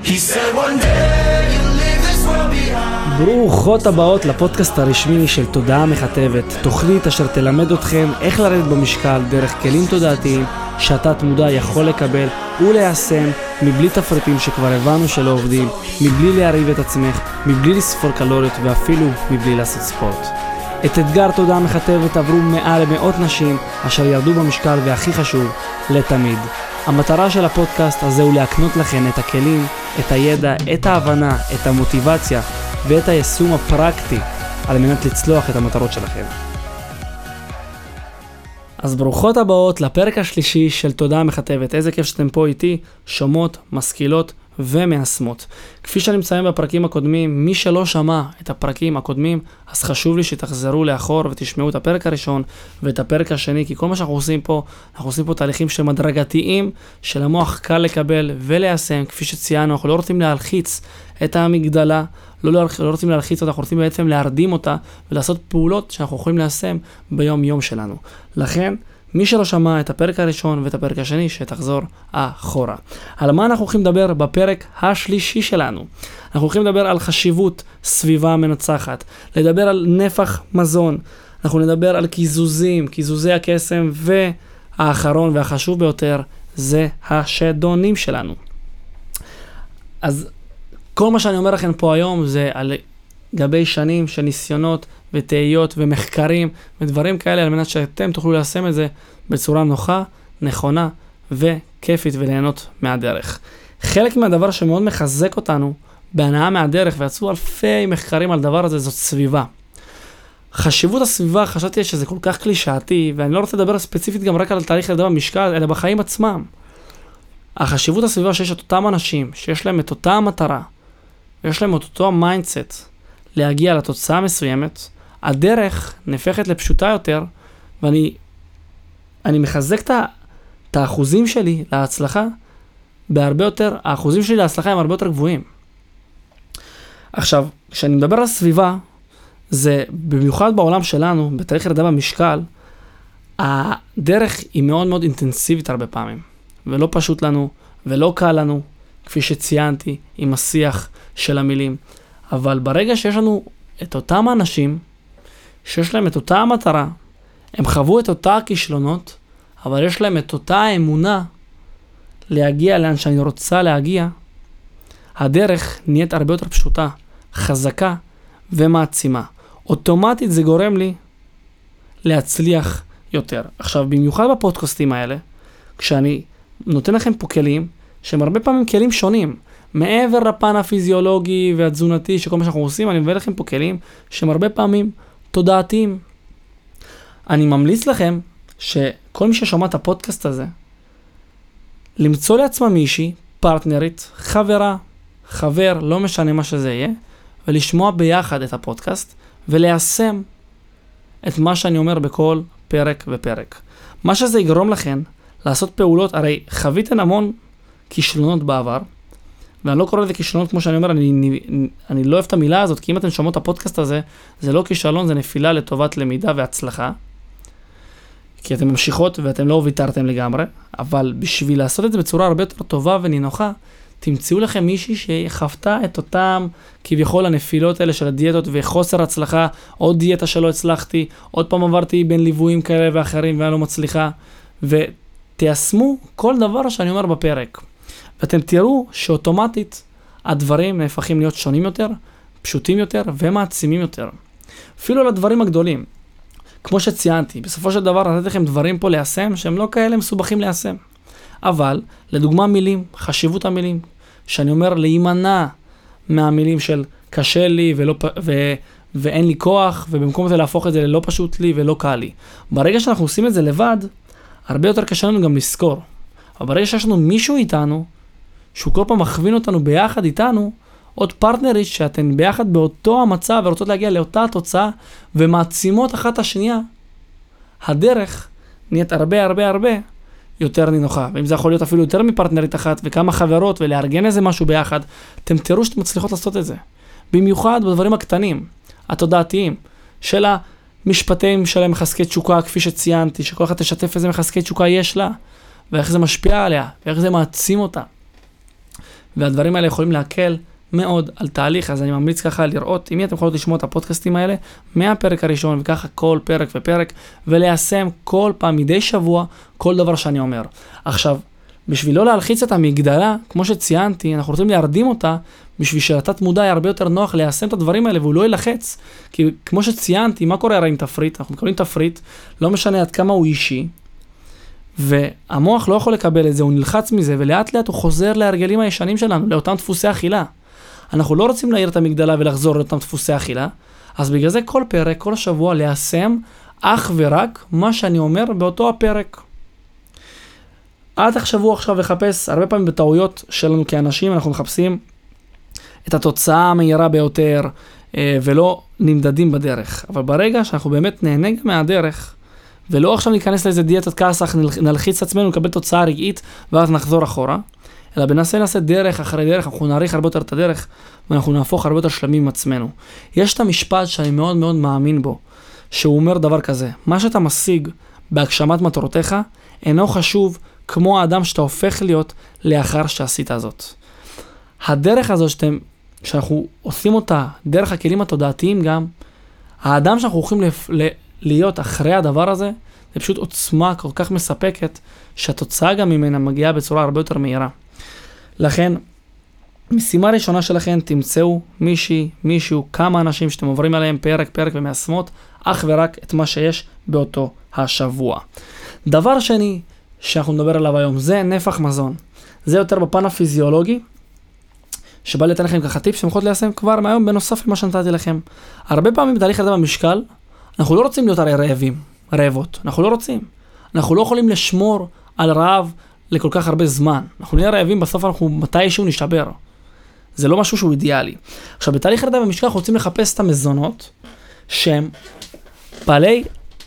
ברוכות הבאות לפודקאסט הרשמי של תודעה מכתבת, תוכנית אשר תלמד אתכם איך לרדת במשקל דרך כלים תודעתיים שאתה תמודע יכול לקבל וליישם מבלי תפריטים שכבר הבנו שלא עובדים, מבלי להריב את עצמך, מבלי לספור קלוריות ואפילו מבלי לעשות ספורט. את אתגר תודעה מכתבת עברו מעל למאות נשים אשר ירדו במשקל והכי חשוב, לתמיד. המטרה של הפודקאסט הזה הוא להקנות לכם את הכלים, את הידע, את ההבנה, את המוטיבציה ואת היישום הפרקטי על מנת לצלוח את המטרות שלכם. אז ברוכות הבאות לפרק השלישי של תודעה מכתבת. איזה כיף שאתם פה איתי, שומעות, משכילות ומיישמות. כפי שאני מסיים בפרקים הקודמים, מי שלא שמע את הפרקים הקודמים, אז חשוב לי שתחזרו לאחור ותשמעו את הפרק הראשון ואת הפרק השני, כי כל מה שאנחנו עושים פה, אנחנו עושים פה תהליכים שמדרגתיים, של המוח קל לקבל וליישם. כפי שציינו, אנחנו לא רוצים להלחיץ את המגדלה, לא רוצים להלחיץ אותה, אנחנו רוצים בעצם להרדים אותה ולעשות פעולות שאנחנו יכולים ליישם ביום יום שלנו. לכן, מי שלא שמע את הפרק הראשון ואת הפרק השני, שתחזור אחורה. על מה אנחנו הולכים לדבר בפרק השלישי שלנו? אנחנו הולכים לדבר על חשיבות סביבה מנצחת, לדבר על נפח מזון, אנחנו נדבר על קיזוזי הקסם, והאחרון והחשוב ביותר זה השדונים שלנו. אז כל מה שאני אומר לכם פה היום זה על גבי שנים של ניסיונות ותהיות ומחקרים ודברים כאלה, על מנת שאתם תוכלו ליישם את זה בצורה נוחה, נכונה וכיפית וליהנות מהדרך. חלק מהדבר שמאוד מחזק אותנו בהנאה מהדרך, ויצאו אלפי מחקרים על דבר הזה, זאת סביבה. חשיבות הסביבה, חשבתי שזה כל כך קלישאתי, ואני לא רוצה לדבר ספציפית גם רק על תהליך ירידה במשקל, אלא בחיים עצמם. החשיבות הסביבה שיש את אותם אנשים, שיש להם את אותה המטרה, ויש להם את אותו המיינדסט להגיע לתוצאה מסוימת, הדרך נפחת לפשוטה יותר, ואני מחזק את האחוזים שלי להצלחה בהרבה יותר, האחוזים שלי להצלחה הם הרבה יותר גבוהים. עכשיו, כשאני מדבר על סביבה, זה במיוחד בעולם שלנו, בתהליך ירידה במשקל, הדרך היא מאוד מאוד אינטנסיבית הרבה פעמים, ולא פשוט לנו, ולא קל לנו, כפי שציינתי, עם השיח של המילים. אבל ברגע שיש לנו את אותם האנשים, שיש להם את אותה המטרה, הם חוו את אותה הכישלונות, אבל יש להם את אותה האמונה להגיע לאן שאני רוצה להגיע, הדרך נהיית הרבה יותר פשוטה, חזקה ומעצימה. אוטומטית זה גורם לי להצליח יותר. עכשיו, במיוחד בפודקאסטים האלה, כשאני נותן לכם פה כלים, שהם הרבה פעמים כלים שונים, מעבר לפן הפיזיולוגי והתזונתי שכל מה שאנחנו עושים, אני מביא לכם פה כלים שהם הרבה פעמים תודעתיים. אני ממליץ לכם שכל מי ששומע את הפודקאסט הזה, למצוא לעצמה מישהי, פרטנרית, חברה, חבר, לא משנה מה שזה יהיה, ולשמוע ביחד את הפודקאסט, וליישם את מה שאני אומר בכל פרק ופרק. מה שזה יגרום לכם לעשות פעולות, הרי חוויתם המון כישלונות בעבר, ואני לא קורא לזה כישלונות כמו שאני אומר, אני לא אוהב את המילה הזאת, כי אם אתם שומעות את הפודקאסט הזה, זה לא כישלון, זה נפילה לטובת למידה והצלחה, כי אתם ממשיכות ואתם לא ויתרתם לגמרי, אבל בשביל לעשות את זה בצורה הרבה יותר טובה ונינוחה, תמצאו לכם מישהי שחוותה את אותם כביכול הנפילות האלה של הדיאטות וחוסר הצלחה, עוד דיאטה שלא הצלחתי, עוד פעם עברתי בין ליוויים כאלה ואחרים ואני לא מצליחה, ותיישמו כל דבר שאני אומר בפרק. ואתם תראו שאוטומטית הדברים נהפכים להיות שונים יותר, פשוטים יותר ומעצימים יותר. אפילו לדברים הגדולים. כמו שציינתי, בסופו של דבר נתתי לכם דברים פה ליישם שהם לא כאלה מסובכים ליישם. אבל, לדוגמה מילים, חשיבות המילים, שאני אומר להימנע מהמילים של קשה לי ואין לי כוח, ובמקום זה להפוך את זה ללא פשוט לי ולא קל לי. ברגע שאנחנו עושים את זה לבד, הרבה יותר קשה לנו גם לזכור. אבל ברגע שיש לנו מישהו איתנו, שהוא כל פעם מכווין אותנו ביחד איתנו, עוד פרטנרית שאתן ביחד באותו המצב ורוצות להגיע לאותה התוצאה ומעצימות אחת השנייה, הדרך נהיית הרבה יותר נינוחה. ואם זה יכול להיות אפילו יותר מפרטנרית אחת וכמה חברות ולארגן איזה משהו ביחד, אתם תראו שאתם מצליחות לעשות את זה. במיוחד בדברים הקטנים, התודעתיים, של המשפטים שלהם מחזקי תשוקה, כפי שציינתי, שכל אחד תשתף איזה מחזקי תשוקה יש לה, ואיך זה משפיע עליה, ואיך זה מעצים אותה. והדברים האלה יכולים להקל מאוד על תהליך, אז אני ממליץ ככה לראות, אם אתם יכולים לשמוע את הפודקאסטים האלה, מהפרק הראשון, וככה כל פרק ופרק, וליישם כל פעם, מדי שבוע, כל דבר שאני אומר. עכשיו, בשביל לא להלחיץ את המגדלה, כמו שציינתי, אנחנו רוצים להרדים אותה, בשביל שלתת מודע יהיה הרבה יותר נוח ליישם את הדברים האלה, והוא לא ילחץ. כי כמו שציינתי, מה קורה הרי עם תפריט? אנחנו מקבלים תפריט, לא משנה עד כמה הוא אישי, והמוח לא יכול לקבל את זה, הוא נלחץ מזה, ולאט לאט הוא חוזר להרגלים הישנים שלנו, לאותם דפוסי אכילה. אנחנו לא רוצים להעיר את המגדלה ולחזור לאותם דפוסי אכילה, אז בגלל זה כל פרק, כל שבוע, ליישם אך ורק מה שאני אומר באותו הפרק. אל תחשבו עכשיו לחפש, הרבה פעמים בטעויות שלנו כאנשים, אנחנו מחפשים את התוצאה המהירה ביותר, ולא נמדדים בדרך. אבל ברגע שאנחנו באמת נהנה גם מהדרך, ולא עכשיו ניכנס לאיזה דיאטת כסח, נלחיץ עצמנו, נקבל תוצאה רגעית, ואז נחזור אחורה, אלא נעשה דרך אחרי דרך, אנחנו נעריך הרבה יותר את הדרך, ואנחנו נהפוך הרבה יותר שלמים עם עצמנו. יש את המשפט שאני מאוד מאוד מאמין בו, שהוא אומר דבר כזה, מה שאתה משיג בהגשמת מטרותיך, אינו חשוב כמו האדם שאתה הופך להיות לאחר שעשית הזאת. הדרך הזו שאנחנו עושים אותה, דרך הכלים התודעתיים גם, האדם שאנחנו הולכים להיות אחרי הדבר הזה, זה פשוט עוצמה כל כך מספקת, שהתוצאה גם ממנה מגיעה בצורה הרבה יותר מהירה. לכן, משימה ראשונה שלכם, תמצאו מישהו, כמה אנשים שאתם עוברים עליהם פרק ומיישמות, אך ורק את מה שיש באותו השבוע. דבר שני שאנחנו נדבר עליו היום, זה נפח מזון. זה יותר בפן הפיזיולוגי, שבא לתת לכם ככה טיפ שמחות ליישם כבר מהיום בנוסף למה שנתתי לכם. הרבה פעמים בתהליך ירידה במשקל, אנחנו לא רוצים להיות הרי רעבות, אנחנו לא רוצים. אנחנו לא יכולים לשמור על רעב לכל כך הרבה זמן. אנחנו נהיה רעבים, בסוף אנחנו מתישהו נשבר. זה לא משהו שהוא אידיאלי. עכשיו, בתהליך ירידה במשקל אנחנו רוצים לחפש את המזונות, שהם בעלי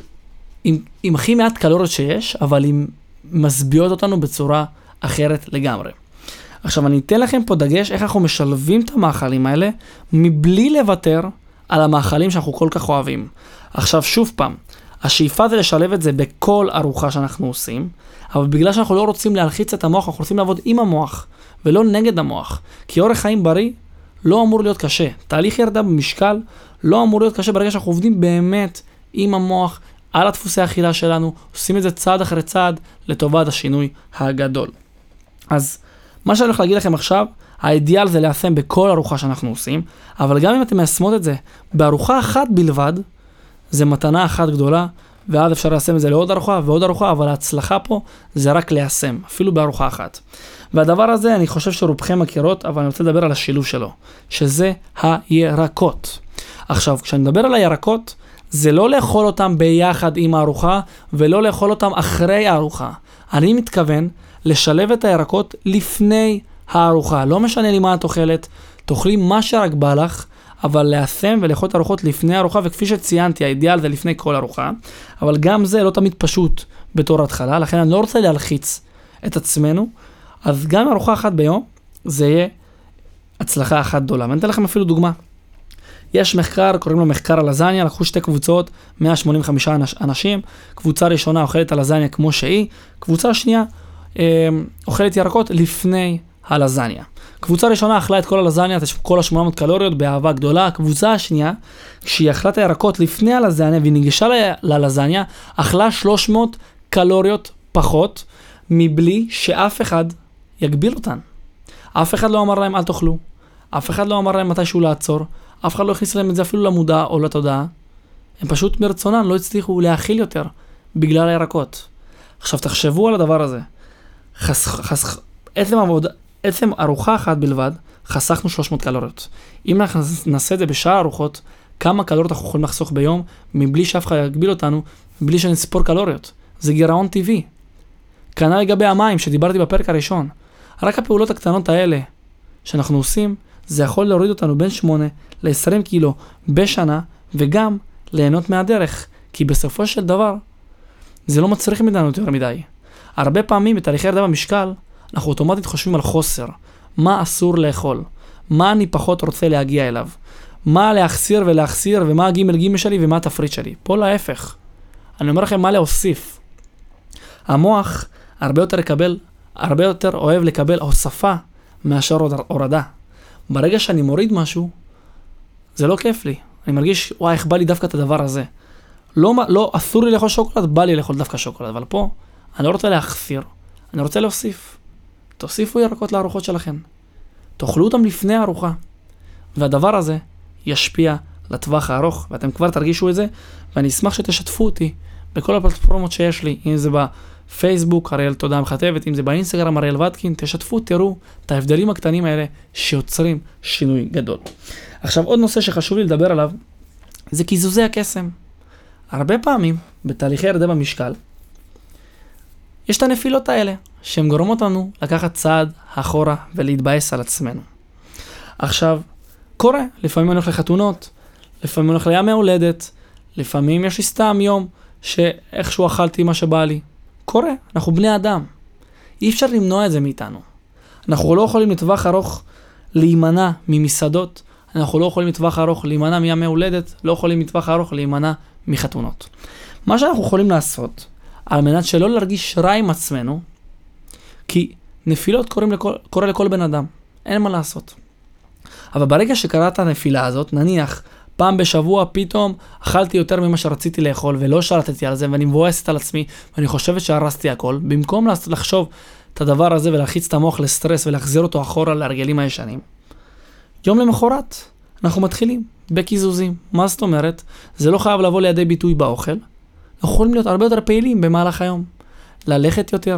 עם הכי מעט קלוריות שיש, אבל עם משביעות אותנו בצורה אחרת לגמרי. עכשיו, אני אתן לכם פה דגש איך אנחנו משלבים את המאכלים האלה, מבלי לוותר על המאכלים שאנחנו כל כך אוהבים. עכשיו, שוב פעם, השאיפה זה לשלב את זה בכל ארוחה שאנחנו עושים, אבל בגלל שאנחנו לא רוצים להלחיץ את המוח, אנחנו רוצים לעבוד עם המוח, ולא נגד המוח. כי אורח חיים בריא לא אמור להיות קשה. תהליך ירידה במשקל לא אמור להיות קשה ברגע שאנחנו עובדים באמת עם המוח, על הדפוסי האכילה שלנו, עושים את זה צעד אחרי צעד לטובת השינוי הגדול. אז מה שאני הולך להגיד לכם עכשיו, האידיאל זה ליישם בכל ארוחה שאנחנו עושים, אבל גם אם אתם מיישמות את זה בארוחה אחת בלבד, זה מתנה אחת גדולה, ואז אפשר ליישם את זה לעוד ארוחה ועוד ארוחה, אבל ההצלחה פה זה רק ליישם, אפילו בארוחה אחת. והדבר הזה אני חושב שרובכם מכירות, אבל אני רוצה לדבר על השילוב שלו, שזה הירקות. עכשיו, כשאני מדבר על הירקות, זה לא לאכול אותם ביחד עם הארוחה, ולא לאכול אותם אחרי הארוחה. אני מתכוון לשלב את הירקות לפני הארוחה. לא משנה לי מה את אוכלת, תאכלי מה שרק בא לך, אבל ליישם ולאכול את הארוחות לפני הארוחה, וכפי שציינתי, האידיאל זה לפני כל ארוחה, אבל גם זה לא תמיד פשוט בתור התחלה, לכן אני לא רוצה להלחיץ את עצמנו, אז גם ארוחה אחת ביום, זה יהיה הצלחה אחת גדולה. ואני אתן לכם אפילו דוגמה. יש מחקר, קוראים לו מחקר הלזניה, לקחו שתי קבוצות, 185 אנשים, קבוצה ראשונה אוכלת הלזניה כמו שהיא, קבוצה שנייה אוכלת ירקות לפני הלזניה. קבוצה ראשונה אכלה את כל הלזניה, כל ה-800 קלוריות באהבה גדולה. הקבוצה השנייה, כשהיא אכלה את הירקות לפני הלזניה והיא ניגשה ללזניה, אכלה 300 קלוריות פחות, מבלי שאף אחד יגביל אותן. אף אחד לא אמר להם אל תאכלו, אף אחד לא אמר להם מתישהו לעצור, אף אחד לא הכניס להם את זה אפילו למודע או לתודעה. הם פשוט מרצונן לא הצליחו להכיל יותר בגלל הירקות. עכשיו תחשבו על הדבר הזה. עצם ארוחה אחת בלבד, חסכנו 300 קלוריות. אם אנחנו נעשה את זה בשאר ארוחות, כמה קלוריות אנחנו יכולים לחסוך ביום, מבלי שאף אחד יגביל אותנו, מבלי שנספור קלוריות. זה גירעון טבעי. כנ"ל לגבי המים, שדיברתי בפרק הראשון. רק הפעולות הקטנות האלה שאנחנו עושים, זה יכול להוריד אותנו בין 8 ל-20 קילו בשנה, וגם ליהנות מהדרך. כי בסופו של דבר, זה לא מצריך מאיתנו יותר מדי. הרבה פעמים בתהליכי ירידה במשקל, אנחנו אוטומטית חושבים על חוסר. מה אסור לאכול? מה אני פחות רוצה להגיע אליו? מה להחסיר ולהחסיר, ומה הג' שלי ומה התפריט שלי? פה להפך. אני אומר לכם מה להוסיף. המוח הרבה יותר אוהב לקבל הוספה מאשר הורדה. ברגע שאני מוריד משהו, זה לא כיף לי. אני מרגיש, וואי, איך בא לי דווקא את הדבר הזה. לא, אסור לי לאכול שוקולד, בא לי לאכול דווקא שוקולד. אבל פה, אני לא רוצה להחסיר, אני רוצה להוסיף. תוסיפו ירקות לארוחות שלכם. תאכלו אותם לפני הארוחה. והדבר הזה ישפיע לטווח הארוך, ואתם כבר תרגישו את זה, ואני אשמח שתשתפו אותי בכל הפלטפורמות שיש לי, אם זה בפייסבוק, אריאל תודה מחטבת, אם זה באינסטגרם, אריאל ודקין, תשתפו, תראו את ההבדלים הקטנים האלה שיוצרים שינוי גדול. עכשיו, עוד נושא שחשוב לי לדבר עליו, זה קיזוזי הקסם. הרבה פעמים, בתהליכי ירידה במשקל, יש את הנפילות האלה, שהן גורמות לנו לקחת צעד אחורה ולהתבאס על עצמנו. עכשיו, קורה, לפעמים אני הולך לחתונות, לפעמים אני הולך לימי הולדת, לפעמים יש לי סתם יום שאיכשהו אכלתי מה שבא לי. קורה, אנחנו בני אדם. אי אפשר למנוע את זה מאיתנו. אנחנו לא יכולים לטווח ארוך להימנע ממסעדות, אנחנו לא יכולים לטווח ארוך להימנע מימי הולדת, לא יכולים לטווח ארוך להימנע מחתונות. מה שאנחנו יכולים לעשות, על מנת שלא להרגיש רע עם עצמנו, כי נפילות קורה לכל בן אדם, אין מה לעשות. אבל ברגע שקראת הנפילה הזאת, נניח, פעם בשבוע פתאום אכלתי יותר ממה שרציתי לאכול, ולא שרתתי על זה, ואני מבואסת על עצמי, ואני חושבת שהרסתי הכל, במקום לחשוב את הדבר הזה ולהחיץ את המוח לסטרס, ולהחזיר אותו אחורה להרגלים הישנים. יום למחרת, אנחנו מתחילים בקיזוזים. מה זאת אומרת? זה לא חייב לבוא לידי ביטוי באוכל. אנחנו יכולים להיות הרבה יותר פעילים במהלך היום. ללכת יותר.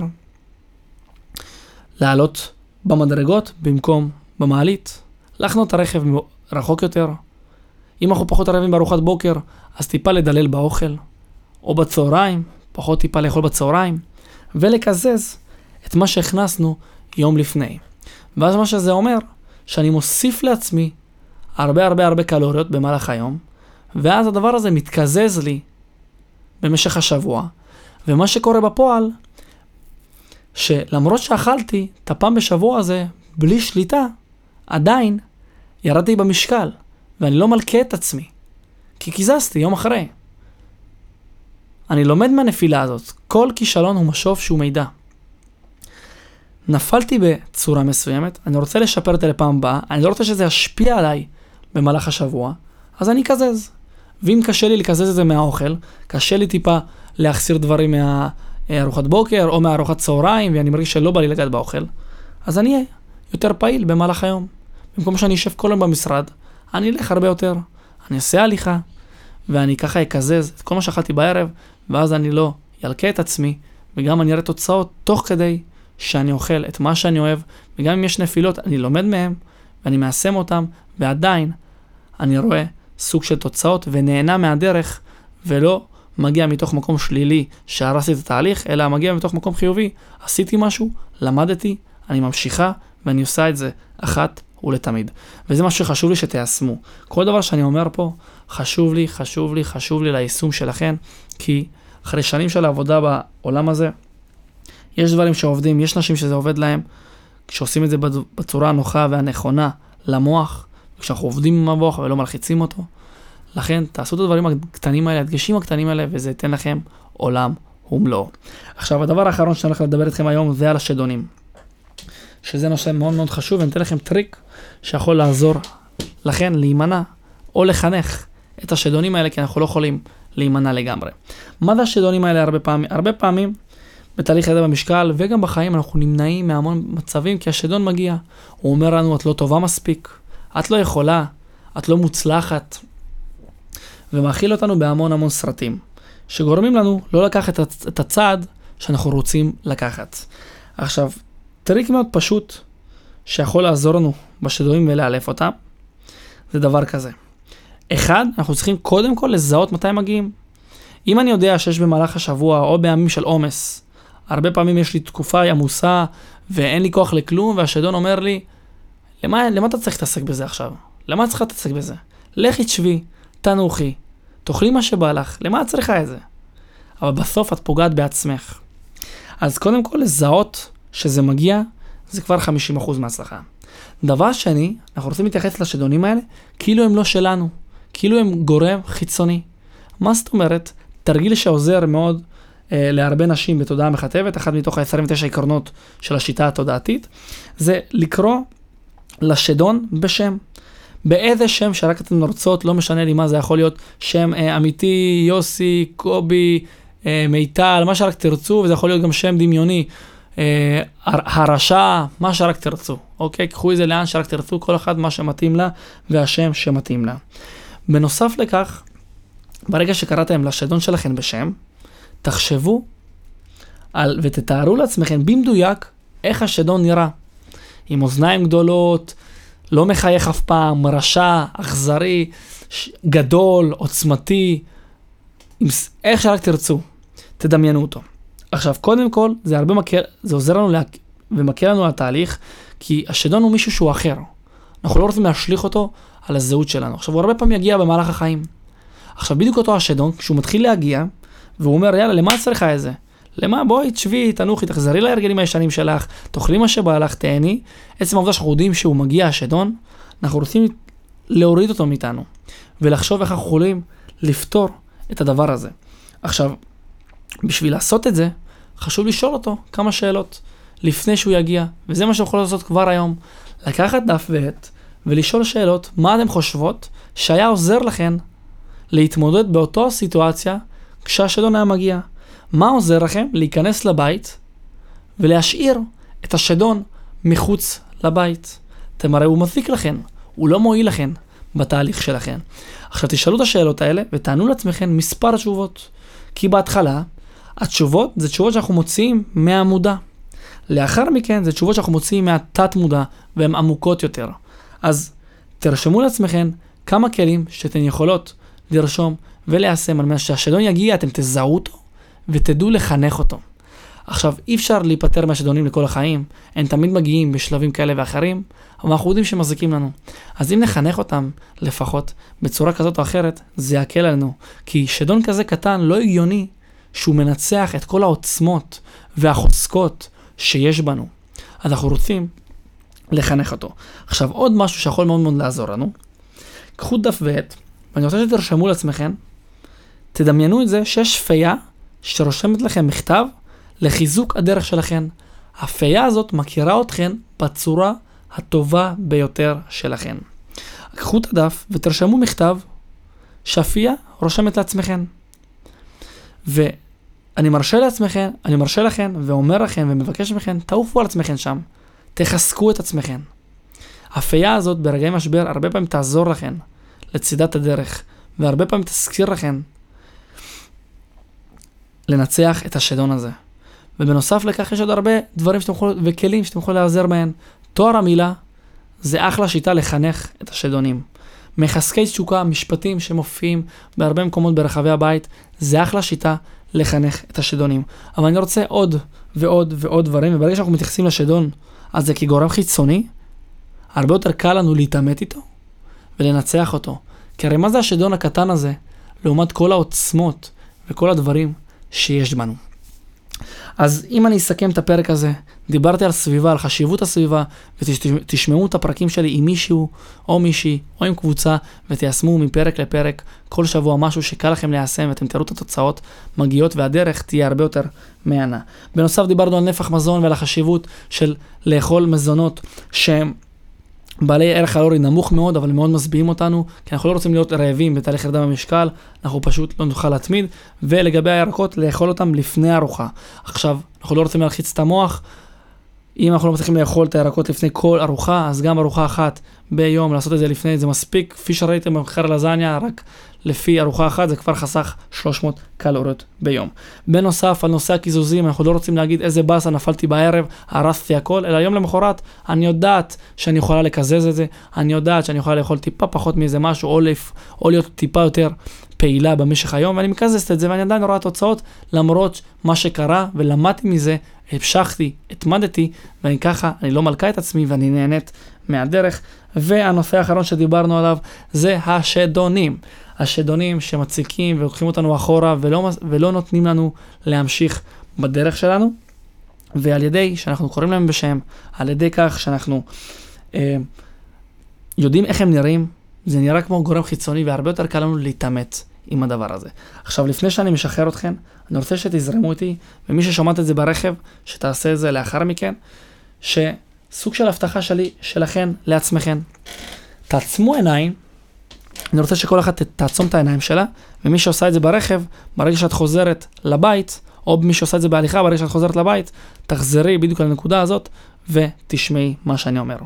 לעלות במדרגות במקום במעלית. לחנות הרכב רחוק יותר. אם אנחנו פחות ערבים בארוחת בוקר, אז טיפה לדלל באוכל. או בצהריים, פחות טיפה לאכול בצהריים. ולקזז את מה שהכנסנו יום לפני. ואז מה שזה אומר, שאני מוסיף לעצמי הרבה קלוריות במהלך היום, ואז הדבר הזה מתקזז לי במשך השבוע, ומה שקורה בפועל, שלמרות שאכלתי את הפעם בשבוע הזה בלי שליטה, עדיין ירדתי במשקל, ואני לא מלכה את עצמי, כי קיזזתי יום אחרי. אני לומד מהנפילה הזאת, כל כישלון הוא משוב שהוא מידע. נפלתי בצורה מסוימת, אני רוצה לשפר את זה לפעם הבאה, אני לא רוצה שזה ישפיע עליי במהלך השבוע, אז אני אקזז. ואם קשה לי לקזז את זה מהאוכל, קשה לי טיפה להחסיר דברים מהארוחת בוקר או מהארוחת צהריים, ואני מרגיש שלא בא לי לגעת באוכל, אז אני אהיה יותר פעיל במהלך היום. במקום שאני אשב כל יום במשרד, אני אלך הרבה יותר, אני אעשה הליכה, ואני ככה אקזז את כל מה שאכלתי בערב, ואז אני לא ילקה את עצמי, וגם אני אראה תוצאות תוך כדי שאני אוכל את מה שאני אוהב, וגם אם יש נפילות, אני לומד מהם, ואני מעשם אותם, ועדיין אני רואה סוג של תוצאות, ונהנה מהדרך, ולא מגיע מתוך מקום שלילי שהרסתי את התהליך, אלא מגיע מתוך מקום חיובי. עשיתי משהו, למדתי, אני ממשיכה, ואני עושה את זה אחת ולתמיד. וזה משהו שחשוב לי שתיישמו. כל דבר שאני אומר פה, חשוב לי ליישום שלכם, כי אחרי שנים של העבודה בעולם הזה, יש דברים שעובדים, יש נשים שזה עובד להם, כשעושים את זה בצורה הנוחה והנכונה למוח, כשאנחנו עובדים עם המוח ולא מלחיצים אותו. לכן תעשו את הדברים הקטנים האלה, הדגשים הקטנים האלה, וזה ייתן לכם עולם ומלואו. עכשיו, הדבר האחרון שאני הולך לדבר איתכם היום זה על השדונים. שזה נושא מאוד מאוד חשוב, ואני אתן לכם טריק שיכול לעזור לכן להימנע או לחנך את השדונים האלה, כי אנחנו לא יכולים להימנע לגמרי. מה זה השדונים האלה? הרבה פעמים בתהליך ירידה במשקל וגם בחיים אנחנו נמנעים מהמון מצבים, כי השדון מגיע, הוא אומר לנו, את לא טובה מספיק, את לא יכולה, את לא מוצלחת, ומאכיל אותנו בהמון סרטים, שגורמים לנו לא לקחת את הצעד שאנחנו רוצים לקחת. עכשיו, טריק מאוד פשוט שיכול לעזור לנו בשדונים ולאלף אותם, זה דבר כזה. אחד, אנחנו צריכים קודם כל לזהות מתי מגיעים. אם אני יודע שיש במהלך השבוע או בימים של עומס, הרבה פעמים יש לי תקופה עמוסה ואין לי כוח לכלום, והשדון אומר לי, למה אתה צריך להתעסק בזה עכשיו? למה אתה צריך להתעסק בזה? לכי תשבי, תנוחי, תאכלי מה שבא לך, למה את צריכה את זה? אבל בסוף את פוגעת בעצמך. אז קודם כל לזהות שזה מגיע, זה כבר 50% מההצלחה. דבר שני, אנחנו רוצים להתייחס לשדונים האלה, כאילו הם לא שלנו, כאילו הם גורם חיצוני. מה זאת אומרת? תרגיל שעוזר מאוד להרבה נשים בתודעה מחטבת, אחד מתוך ה-29 עקרונות של השיטה התודעתית, זה לקרוא לשדון בשם. באיזה שם שרק אתם רוצות, לא משנה לי מה, זה יכול להיות שם אמיתי, יוסי, קובי, מיטל, מה שרק תרצו, וזה יכול להיות גם שם דמיוני, הרשע, מה שרק תרצו, אוקיי? קחו את זה לאן שרק תרצו, כל אחד מה שמתאים לה, והשם שמתאים לה. בנוסף לכך, ברגע שקראתם לשדון שלכם בשם, תחשבו ותתארו לעצמכם במדויק איך השדון נראה. עם אוזניים גדולות, לא מחייך אף פעם, רשע, אכזרי, גדול, עוצמתי, איך שרק תרצו, תדמיינו אותו. עכשיו, קודם כל, זה עוזר לנו ומקל לנו על התהליך, כי השדון הוא מישהו שהוא אחר. אנחנו לא רוצים להשליך אותו על הזהות שלנו. עכשיו, הוא הרבה פעמים יגיע במהלך החיים. עכשיו, בדיוק אותו השדון, כשהוא מתחיל להגיע, והוא אומר, יאללה, למה צריכה את זה? למה? בואי, תשבי, תנוחי, תחזרי להרגלים הישנים שלך, תאכלי מה שבא לך, תהני. עצם העובדה שאנחנו יודעים שהוא מגיע השדון, אנחנו רוצים להוריד אותו מאיתנו, ולחשוב איך אנחנו יכולים לפתור את הדבר הזה. עכשיו, בשביל לעשות את זה, חשוב לשאול אותו כמה שאלות לפני שהוא יגיע, וזה מה שאנחנו לעשות כבר היום. לקחת דף ועט ולשאול שאלות, מה אתם חושבות שהיה עוזר לכן להתמודד באותו סיטואציה כשהשדון היה מגיע. מה עוזר לכם להיכנס לבית ולהשאיר את השדון מחוץ לבית? אתם הרי הוא מזיק לכם, הוא לא מועיל לכם בתהליך שלכם. עכשיו תשאלו את השאלות האלה ותענו לעצמכם מספר תשובות. כי בהתחלה, התשובות זה תשובות שאנחנו מוציאים מהמודע. לאחר מכן זה תשובות שאנחנו מוציאים מהתת מודע והן עמוקות יותר. אז תרשמו לעצמכם כמה כלים שאתן יכולות לרשום וליישם על מנת שהשדון יגיע, אתם תזהו אותו ותדעו לחנך אותו. עכשיו, אי אפשר להיפטר מהשדונים לכל החיים, הם תמיד מגיעים בשלבים כאלה ואחרים, אבל אנחנו יודעים שמזיקים לנו. אז אם נחנך אותם לפחות בצורה כזאת או אחרת, זה יקל עלינו. כי שדון כזה קטן לא הגיוני שהוא מנצח את כל העוצמות והחוזקות שיש בנו. אז אנחנו רוצים לחנך אותו. עכשיו, עוד משהו שיכול מאוד מאוד לעזור לנו. קחו דף ועט, ואני רוצה שתרשמו לעצמכם, תדמיינו את זה שיש פייה שרושמת לכם מכתב לחיזוק הדרך שלכם. הפייה הזאת מכירה אתכם בצורה הטובה ביותר שלכם. קחו את הדף ותרשמו מכתב שהפייה רושמת לעצמכם. ואני מרשה לכם ואומר לכם ומבקש מכם, תעופו על עצמכם שם. תחזקו את עצמכם. הפייה הזאת ברגעי משבר הרבה פעמים תעזור לכם לצידת הדרך, והרבה פעמים תזכיר לכם לנצח את השדון הזה. ובנוסף לכך יש עוד הרבה דברים וכלים שאתם יכולים לעזר בהם. תואר המילה זה אחלה שיטה לחנך את השדונים. מחזקי תשוקה, משפטים שמופיעים בהרבה מקומות ברחבי הבית, זה אחלה שיטה לחנך את השדונים. אבל אני רוצה עוד ועוד ועוד דברים, וברגע שאנחנו מתייחסים לשדון, אז זה כגורם חיצוני, הרבה יותר קל לנו להתאמת איתו ולנצח אותו. כי הרי מה זה השדון הקטן הזה, לעומת כל העוצמות וכל הדברים שיש בנו. אז אם אני אסכם את הפרק הזה, דיברתי על סביבה, על חשיבות הסביבה, ותשמעו את הפרקים שלי עם מישהו או מישהי או עם קבוצה, ותיישמו מפרק לפרק כל שבוע משהו שקל לכם ליישם, ואתם תראו את התוצאות מגיעות, והדרך תהיה הרבה יותר מענה. בנוסף דיברנו על נפח מזון ועל החשיבות של לאכול מזונות שהם בעלי ערך קלורי נמוך מאוד, אבל מאוד משביעים אותנו, כי אנחנו לא רוצים להיות רעבים בתהליך ירידה במשקל, אנחנו פשוט לא נוכל להתמיד, ולגבי הירקות, לאכול אותם לפני ארוחה. עכשיו, אנחנו לא רוצים להלחיץ את המוח, אם אנחנו לא מצליחים לאכול את הירקות לפני כל ארוחה, אז גם ארוחה אחת ביום, לעשות את זה לפני, זה מספיק, כפי שראיתם במחקר לזניה, רק לפי ארוחה אחת, זה כבר חסך 300 קלוריות ביום. בנוסף, על נושא הקיזוזים, אנחנו לא רוצים להגיד איזה בסה נפלתי בערב, הרסתי הכל, אלא יום למחרת, אני יודעת שאני יכולה לקזז את זה, אני יודעת שאני יכולה לאכול טיפה פחות מאיזה משהו, או להיות טיפה יותר פעילה במשך היום, ואני מקזזת את זה, ואני עדיין רואה תוצאות, למרות מה שקרה, ולמדתי מזה, המשכתי, התמדתי, ואני ככה, אני לא מלכה את עצמי, ואני נהנית מהדרך. והנושא האחרון שדיברנו עליו, זה השדונים. השדונים שמציקים ולוקחים אותנו אחורה, ולא נותנים לנו להמשיך בדרך שלנו. ועל ידי שאנחנו קוראים להם בשם, על ידי כך שאנחנו יודעים איך הם נראים, זה נראה כמו גורם חיצוני, והרבה יותר קל לנו להתאמת עם הדבר הזה. עכשיו, לפני שאני משחרר אתכם, אני רוצה שתזרמו איתי, ומי ששומעת את זה ברכב, שתעשה את זה לאחר מכן, סוג של הבטחה שלכן לעצמכן. תעצמו עיניים, אני רוצה שכל אחת תעצום את העיניים שלה, ומי שעושה את זה ברכב, ברגע שאת חוזרת לבית, או מי שעושה את זה בהליכה, ברגע שאת חוזרת לבית, תחזרי בדיוק לנקודה הזאת, ותשמעי מה שאני אומר.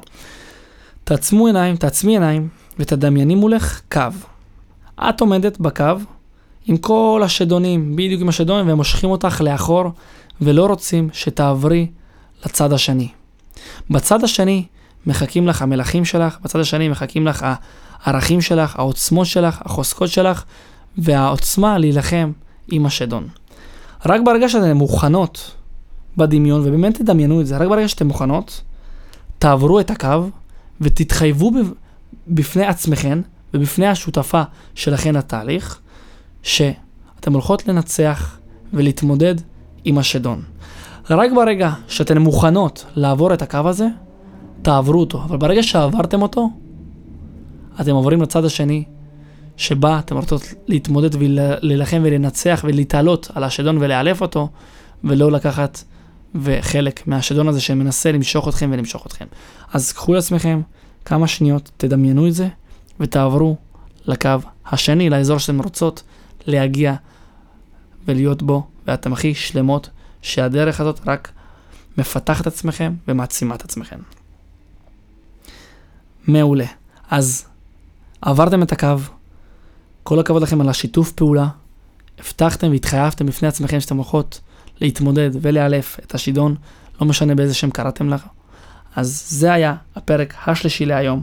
תעצמי עיניים, ותדמייני מולך קו. את עומדת בקו, עם כל השדונים, בדיוק עם השדונים, והם מושכים אותך לאחור, ולא רוצים שתעברי לצד השני. בצד השני מחכים לך המלכים שלך, בצד השני מחכים לך הערכים שלך, העוצמות שלך, החוזקות שלך, והעוצמה להילחם עם השדון. רק ברגע שאתן מוכנות בדמיון, ובאמת תדמיינו את זה, רק ברגע שאתן מוכנות, תעברו את הקו, ותתחייבו בפני עצמכן, ובפני השותפה שלכן התהליך, שאתן הולכות לנצח ולהתמודד עם השדון. רק ברגע שאתן מוכנות לעבור את הקו הזה, תעברו אותו. אבל ברגע שעברתם אותו, אתם עוברים לצד השני, שבה אתם רוצות להתמודד ולהילחם ולנצח ולהתעלות על השדון ולהעלף אותו, ולא לקחת וחלק מהשדון הזה שמנסה למשוך אתכם ולמשוך אתכם. אז קחו לעצמכם כמה שניות, תדמיינו את זה, ותעברו לקו השני, לאזור שאתם רוצות להגיע ולהיות בו, ואתם הכי שלמות, שהדרך הזאת רק מפתחת עצמכם ומעצימה את עצמכם. מעולה. אז עברתם את הקו, כל הכבוד לכם על השיתוף פעולה, הבטחתם והתחייבתם בפני עצמכם שאתם הולכות להתמודד ולהעלף את השדון, לא משנה באיזה שם קראתם לך. אז זה היה הפרק השלישי להיום.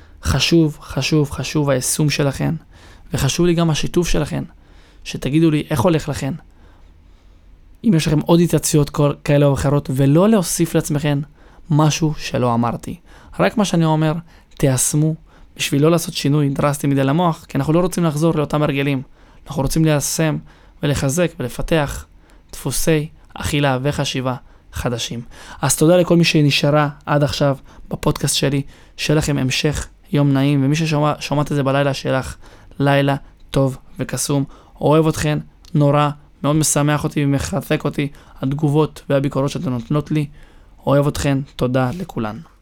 חשוב היישום שלכם, וחשוב לי גם השיתוף שלכם, שתגידו לי איך הולך לכם. אם יש לכם עוד התייעצויות כאלה או אחרות, ולא להוסיף לעצמכם משהו שלא אמרתי. רק מה שאני אומר, תיישמו, בשביל לא לעשות שינוי דרסטי מדי למוח, כי אנחנו לא רוצים לחזור לאותם הרגלים. אנחנו רוצים ליישם ולחזק ולפתח דפוסי אכילה וחשיבה חדשים. אז תודה לכל מי שנשארה עד עכשיו בפודקאסט שלי, שיהיה לכם המשך יום נעים, ומי ששומעת את זה בלילה, שיהיה לך לילה טוב וקסום. אוהב אתכן נורא, מאוד משמח אותי ומחזק אותי התגובות והביקורות שאתן נותנות לי. אוהב אתכן, תודה לכולן.